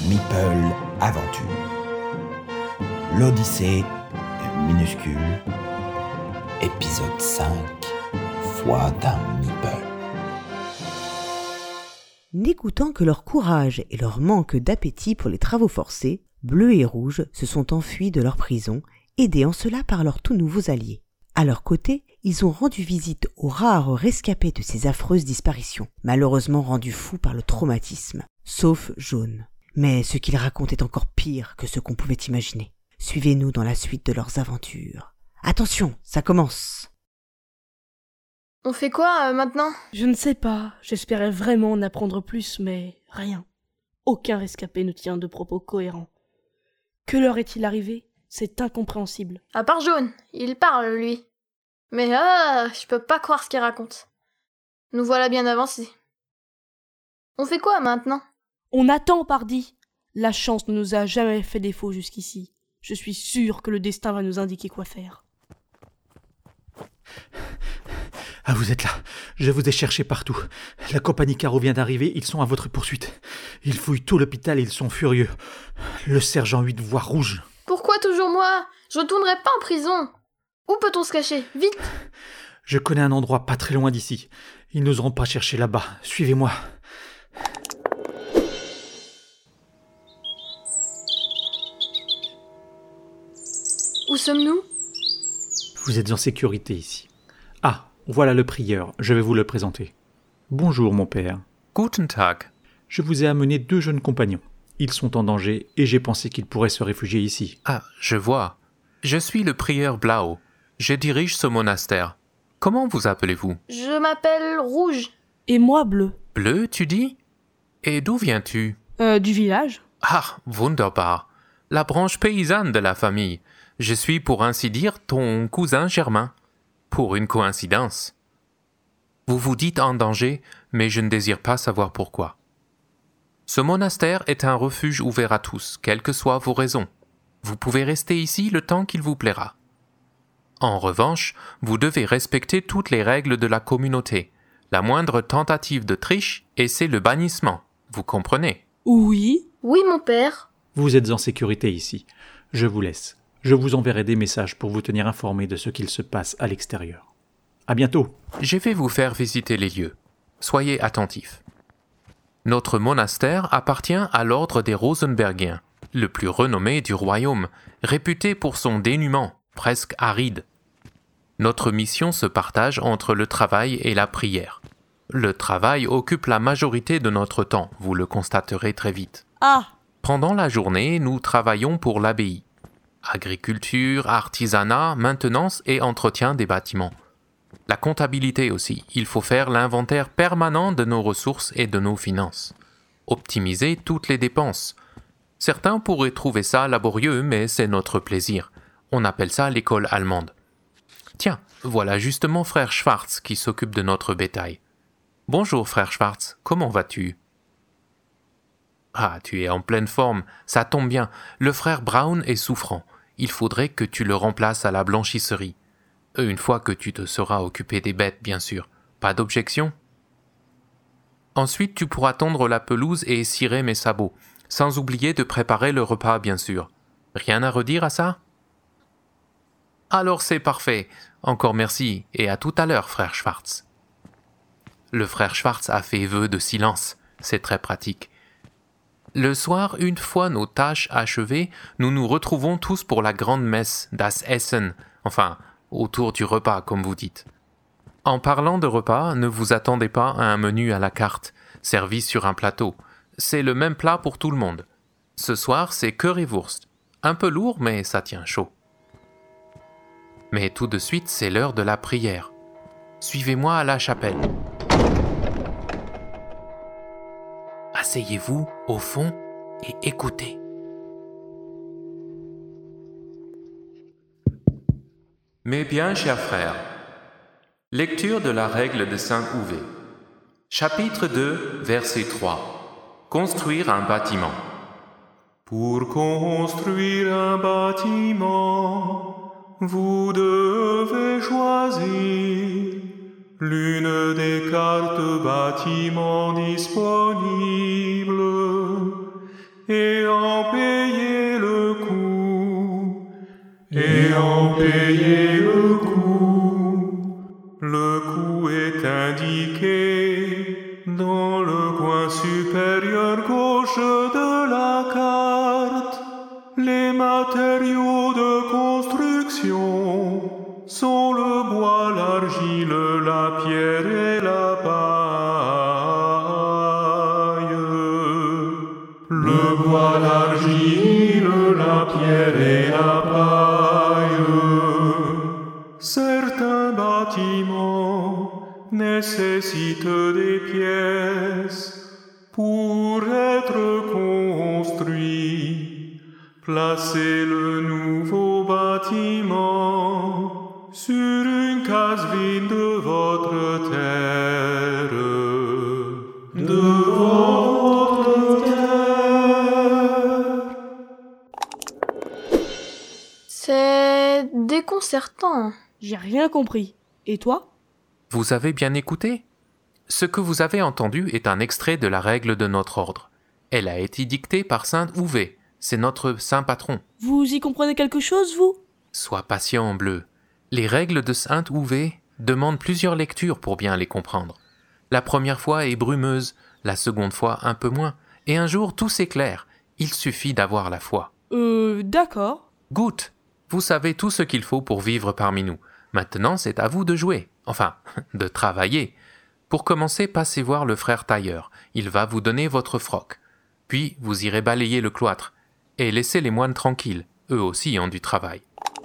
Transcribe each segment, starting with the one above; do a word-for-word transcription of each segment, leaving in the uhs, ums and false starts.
Meeple Aventure. L'Odyssée minuscule, épisode cinq, Foi d'un Meeple. N'écoutant que leur courage et leur manque d'appétit pour les travaux forcés, Bleu et Rouge se sont enfuis de leur prison, aidés en cela par leurs tout nouveaux alliés. À leur côté, ils ont rendu visite aux rares rescapés de ces affreuses disparitions, malheureusement rendus fous par le traumatisme, sauf Jaune. Mais ce qu'ils racontent est encore pire que ce qu'on pouvait imaginer. Suivez-nous dans la suite de leurs aventures. Attention, ça commence. On fait quoi euh, maintenant ? Je ne sais pas, j'espérais vraiment en apprendre plus, mais rien. Aucun rescapé ne tient de propos cohérents. Que leur est-il arrivé ? C'est incompréhensible. À part Jaune, il parle, lui. Mais ah, je peux pas croire ce qu'il raconte. Nous voilà bien avancés. On fait quoi maintenant ? On attend, pardi. La chance ne nous a jamais fait défaut jusqu'ici. Je suis sûr que le destin va nous indiquer quoi faire. Ah, vous êtes là. Je vous ai cherché partout. La compagnie Caro vient d'arriver, ils sont à votre poursuite. Ils fouillent tout l'hôpital et ils sont furieux. Le sergent huit voit rouge. Pourquoi toujours moi ? Je retournerai pas en prison. Où peut-on se cacher ? Vite ! Je connais un endroit pas très loin d'ici. Ils n'oseront pas chercher là-bas. Suivez-moi. Où sommes-nous ? Vous êtes en sécurité ici. Ah, voilà le prieur. Je vais vous le présenter. Bonjour, mon père. Guten Tag. Je vous ai amené deux jeunes compagnons. Ils sont en danger et j'ai pensé qu'ils pourraient se réfugier ici. Ah, je vois. Je suis le prieur Blau. Je dirige ce monastère. Comment vous appelez-vous ? Je m'appelle Rouge. Et moi, Bleu. Bleu, tu dis ? Et d'où viens-tu ? Euh, du village ? Ah, wunderbar. La branche paysanne de la famille. Je suis pour ainsi dire ton cousin germain. Pour une coïncidence. Vous vous dites en danger, mais je ne désire pas savoir pourquoi. Ce monastère est un refuge ouvert à tous, quelles que soient vos raisons. Vous pouvez rester ici le temps qu'il vous plaira. En revanche, vous devez respecter toutes les règles de la communauté. La moindre tentative de triche, et c'est le bannissement. Vous comprenez ? Oui. Oui, mon père. Vous êtes en sécurité ici. Je vous laisse. Je vous enverrai des messages pour vous tenir informé de ce qu'il se passe à l'extérieur. À bientôt. Je vais vous faire visiter les lieux. Soyez attentifs. Notre monastère appartient à l'ordre des Rosenbergiens, le plus renommé du royaume, réputé pour son dénuement, presque aride. Notre mission se partage entre le travail et la prière. Le travail occupe la majorité de notre temps, vous le constaterez très vite. Ah ! Pendant la journée, nous travaillons pour l'abbaye. Agriculture, artisanat, maintenance et entretien des bâtiments. La comptabilité aussi, il faut faire l'inventaire permanent de nos ressources et de nos finances. Optimiser toutes les dépenses. Certains pourraient trouver ça laborieux, mais c'est notre plaisir. On appelle ça l'école allemande. Tiens, voilà justement frère Schwarz qui s'occupe de notre bétail. Bonjour frère Schwarz, comment vas-tu ? Ah, tu es en pleine forme, ça tombe bien. Le frère Brown est souffrant. Il faudrait que tu le remplaces à la blanchisserie. Une fois que tu te seras occupé des bêtes, bien sûr. Pas d'objection ? Ensuite, tu pourras tondre la pelouse et cirer mes sabots, sans oublier de préparer le repas, bien sûr. Rien à redire à ça ? Alors c'est parfait. Encore merci, et à tout à l'heure, frère Schwarz. Le frère Schwarz a fait vœu de silence. C'est très pratique. Le soir, une fois nos tâches achevées, nous nous retrouvons tous pour la grande messe, das Essen, enfin, autour du repas, comme vous dites. En parlant de repas, ne vous attendez pas à un menu à la carte, servi sur un plateau. C'est le même plat pour tout le monde. Ce soir, c'est currywurst. Un peu lourd, mais ça tient chaud. Mais tout de suite, c'est l'heure de la prière. Suivez-moi à la chapelle. Asseyez-vous au fond et écoutez. Mes bien chers frères, lecture de la règle de Saint Ouvé. Chapitre deux, verset trois. Construire un bâtiment. Pour construire un bâtiment, vous devez choisir l'une des cartes bâtiments disponibles et en payer le coût, et en payer le coût. Le coût est indiqué dans le coin supérieur gauche de la carte. Les matériaux de construction sont le bois, l'argile, la pierre et la paille. Le bois, l'argile, la pierre et la paille. Certains bâtiments nécessitent des pièces pour être construits. Placez le nouveau bâtiment sur une case vide de votre terre. De votre terre. C'est déconcertant. J'ai rien compris. Et toi? Vous avez bien écouté? Ce que vous avez entendu est un extrait de la règle de notre ordre. Elle a été dictée par saint Ouvé. C'est notre saint patron. Vous y comprenez quelque chose, vous? Sois patient, Bleu. Les règles de saint Ouvé demandent plusieurs lectures pour bien les comprendre. La première fois est brumeuse, la seconde fois un peu moins, et un jour tout s'éclaire. Il suffit d'avoir la foi. Euh, d'accord. Goûte. Vous savez tout ce qu'il faut pour vivre parmi nous. Maintenant, c'est à vous de jouer. Enfin, de travailler. Pour commencer, passez voir le frère tailleur. Il va vous donner votre froc. Puis, vous irez balayer le cloître. Et laissez les moines tranquilles, eux aussi ont du travail.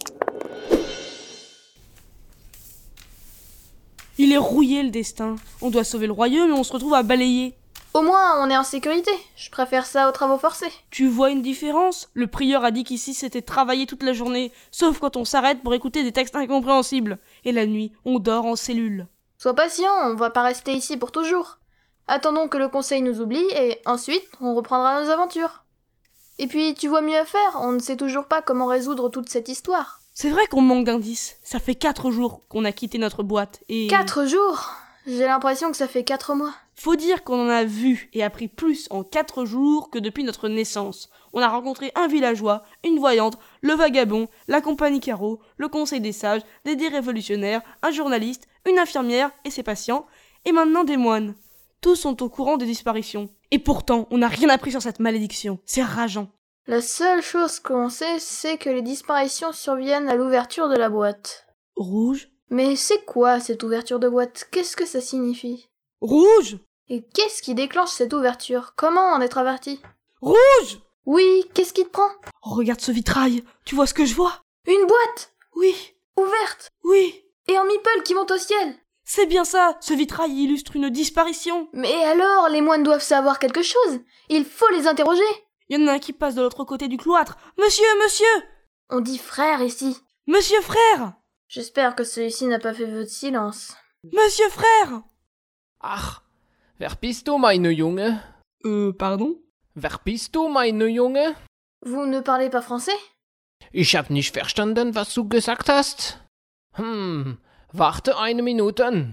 Il est rouillé le destin. On doit sauver le royaume et on se retrouve à balayer. Au moins, on est en sécurité. Je préfère ça aux travaux forcés. Tu vois une différence? Le prieur a dit qu'ici c'était travailler toute la journée, sauf quand on s'arrête pour écouter des textes incompréhensibles. Et la nuit, on dort en cellule. Sois patient, on va pas rester ici pour toujours. Attendons que le conseil nous oublie et ensuite, on reprendra nos aventures. Et puis, tu vois mieux faire, on ne sait toujours pas comment résoudre toute cette histoire. C'est vrai qu'on manque d'indices. Ça fait quatre jours qu'on a quitté notre boîte et... Quatre jours? J'ai l'impression que ça fait quatre mois. Faut dire qu'on en a vu et appris plus en quatre jours que depuis notre naissance. On a rencontré un villageois, une voyante, le vagabond, la compagnie Carreau, le conseil des sages, des dés révolutionnaires, un journaliste, une infirmière et ses patients, et maintenant des moines. Tous sont au courant des disparitions. Et pourtant, on n'a rien appris sur cette malédiction. C'est rageant. La seule chose qu'on sait, c'est que les disparitions surviennent à l'ouverture de la boîte. Rouge? Mais c'est quoi cette ouverture de boîte? Qu'est-ce que ça signifie? Rouge? Et qu'est-ce qui déclenche cette ouverture? Comment en être averti? Rouge? Oui, qu'est-ce qui te prend? Regarde ce vitrail. Tu vois ce que je vois? Une boîte! Oui. Ouverte! Oui. Et en meeple qui monte au ciel! C'est bien ça, ce vitrail illustre une disparition. Mais alors, les moines doivent savoir quelque chose. Il faut les interroger. Il y en a un qui passe de l'autre côté du cloître. Monsieur, monsieur! On dit frère ici. Monsieur frère! J'espère que celui-ci n'a pas fait vœu de silence. Monsieur frère! Ach, wer bist du, meine Junge? Euh, pardon? Wer bist du, meine Junge? Vous ne parlez pas français? Ich hab nicht verstanden, was du gesagt hast. Hm, warte eine Minute.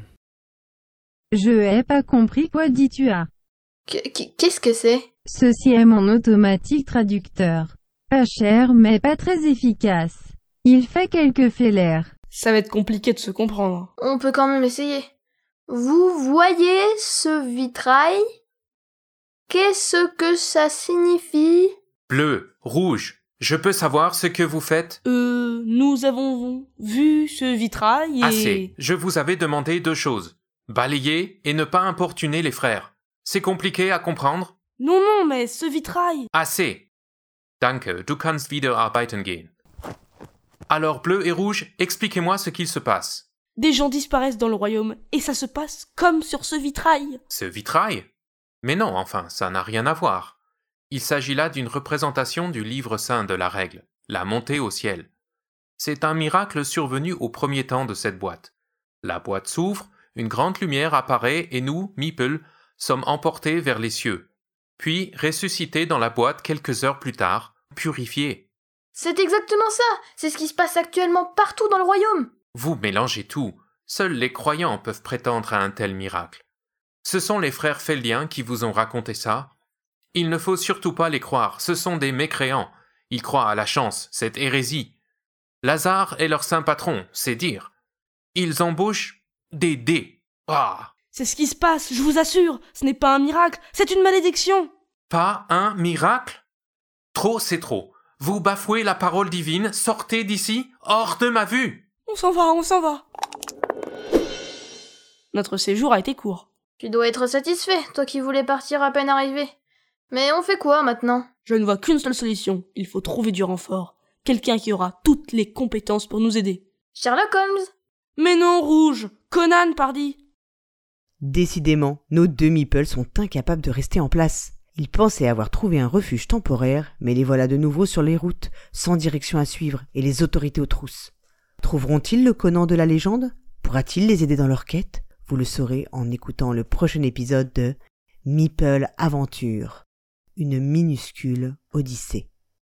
Je n'ai pas compris quoi dis-tu as. Qu'est-ce que c'est? Ceci est mon automatique traducteur. Pas cher mais pas très efficace. Il fait quelques fêlères. Ça va être compliqué de se comprendre. On peut quand même essayer. Vous voyez ce vitrail? Qu'est-ce que ça signifie? Bleu, rouge, je peux savoir ce que vous faites? Euh, nous avons vu ce vitrail et... Assez, je vous avais demandé deux choses. Balayer et ne pas importuner les frères. C'est compliqué à comprendre? Non, non, mais ce vitrail... Assez. Danke, du kannst wieder arbeiten gehen. Alors, bleu et rouge, expliquez-moi ce qu'il se passe. Des gens disparaissent dans le royaume, et ça se passe comme sur ce vitrail. Ce vitrail? Mais non, enfin, ça n'a rien à voir. Il s'agit là d'une représentation du livre saint de la règle, la montée au ciel. C'est un miracle survenu au premier temps de cette boîte. La boîte s'ouvre, une grande lumière apparaît et nous, meeple, sommes emportés vers les cieux, puis ressuscités dans la boîte quelques heures plus tard, purifiés. C'est exactement ça! C'est ce qui se passe actuellement partout dans le royaume! Vous mélangez tout. Seuls les croyants peuvent prétendre à un tel miracle. Ce sont les frères Feldiens qui vous ont raconté ça, Il ne faut surtout pas les croire, ce sont des mécréants. Ils croient à la chance, cette hérésie. Lazare est leur saint patron, c'est dire. Ils embauchent des dés. Ah! C'est ce qui se passe, je vous assure. Ce n'est pas un miracle, c'est une malédiction. Pas un miracle? Trop, c'est trop. Vous bafouez la parole divine, sortez d'ici, hors de ma vue. On s'en va, on s'en va. Notre séjour a été court. Tu dois être satisfait, toi qui voulais partir à peine arrivé. Mais on fait quoi maintenant? Je ne vois qu'une seule solution. Il faut trouver du renfort. Quelqu'un qui aura toutes les compétences pour nous aider. Sherlock Holmes? Mais non, Rouge! Conan, pardi! Décidément, nos deux meeples sont incapables de rester en place. Ils pensaient avoir trouvé un refuge temporaire, mais les voilà de nouveau sur les routes, sans direction à suivre et les autorités aux trousses. Trouveront-ils le Conan de la légende? Pourra-t-il les aider dans leur quête? Vous le saurez en écoutant le prochain épisode de Meeple Aventure, une minuscule odyssée.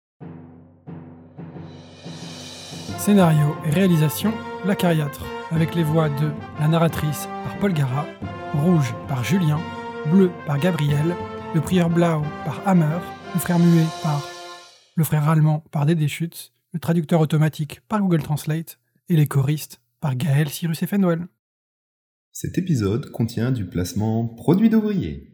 Scénario et réalisation, La Cariatre, avec les voix de la narratrice par Paul Gara, Rouge par Julien, Bleu par Gabriel, le prieur Blau par Hammer, le frère muet par le frère allemand par Dédé Schütz, le traducteur automatique par Google Translate et les choristes par Gaël Cyrus et Fenwell. Cet épisode contient du placement produit d'ouvriers.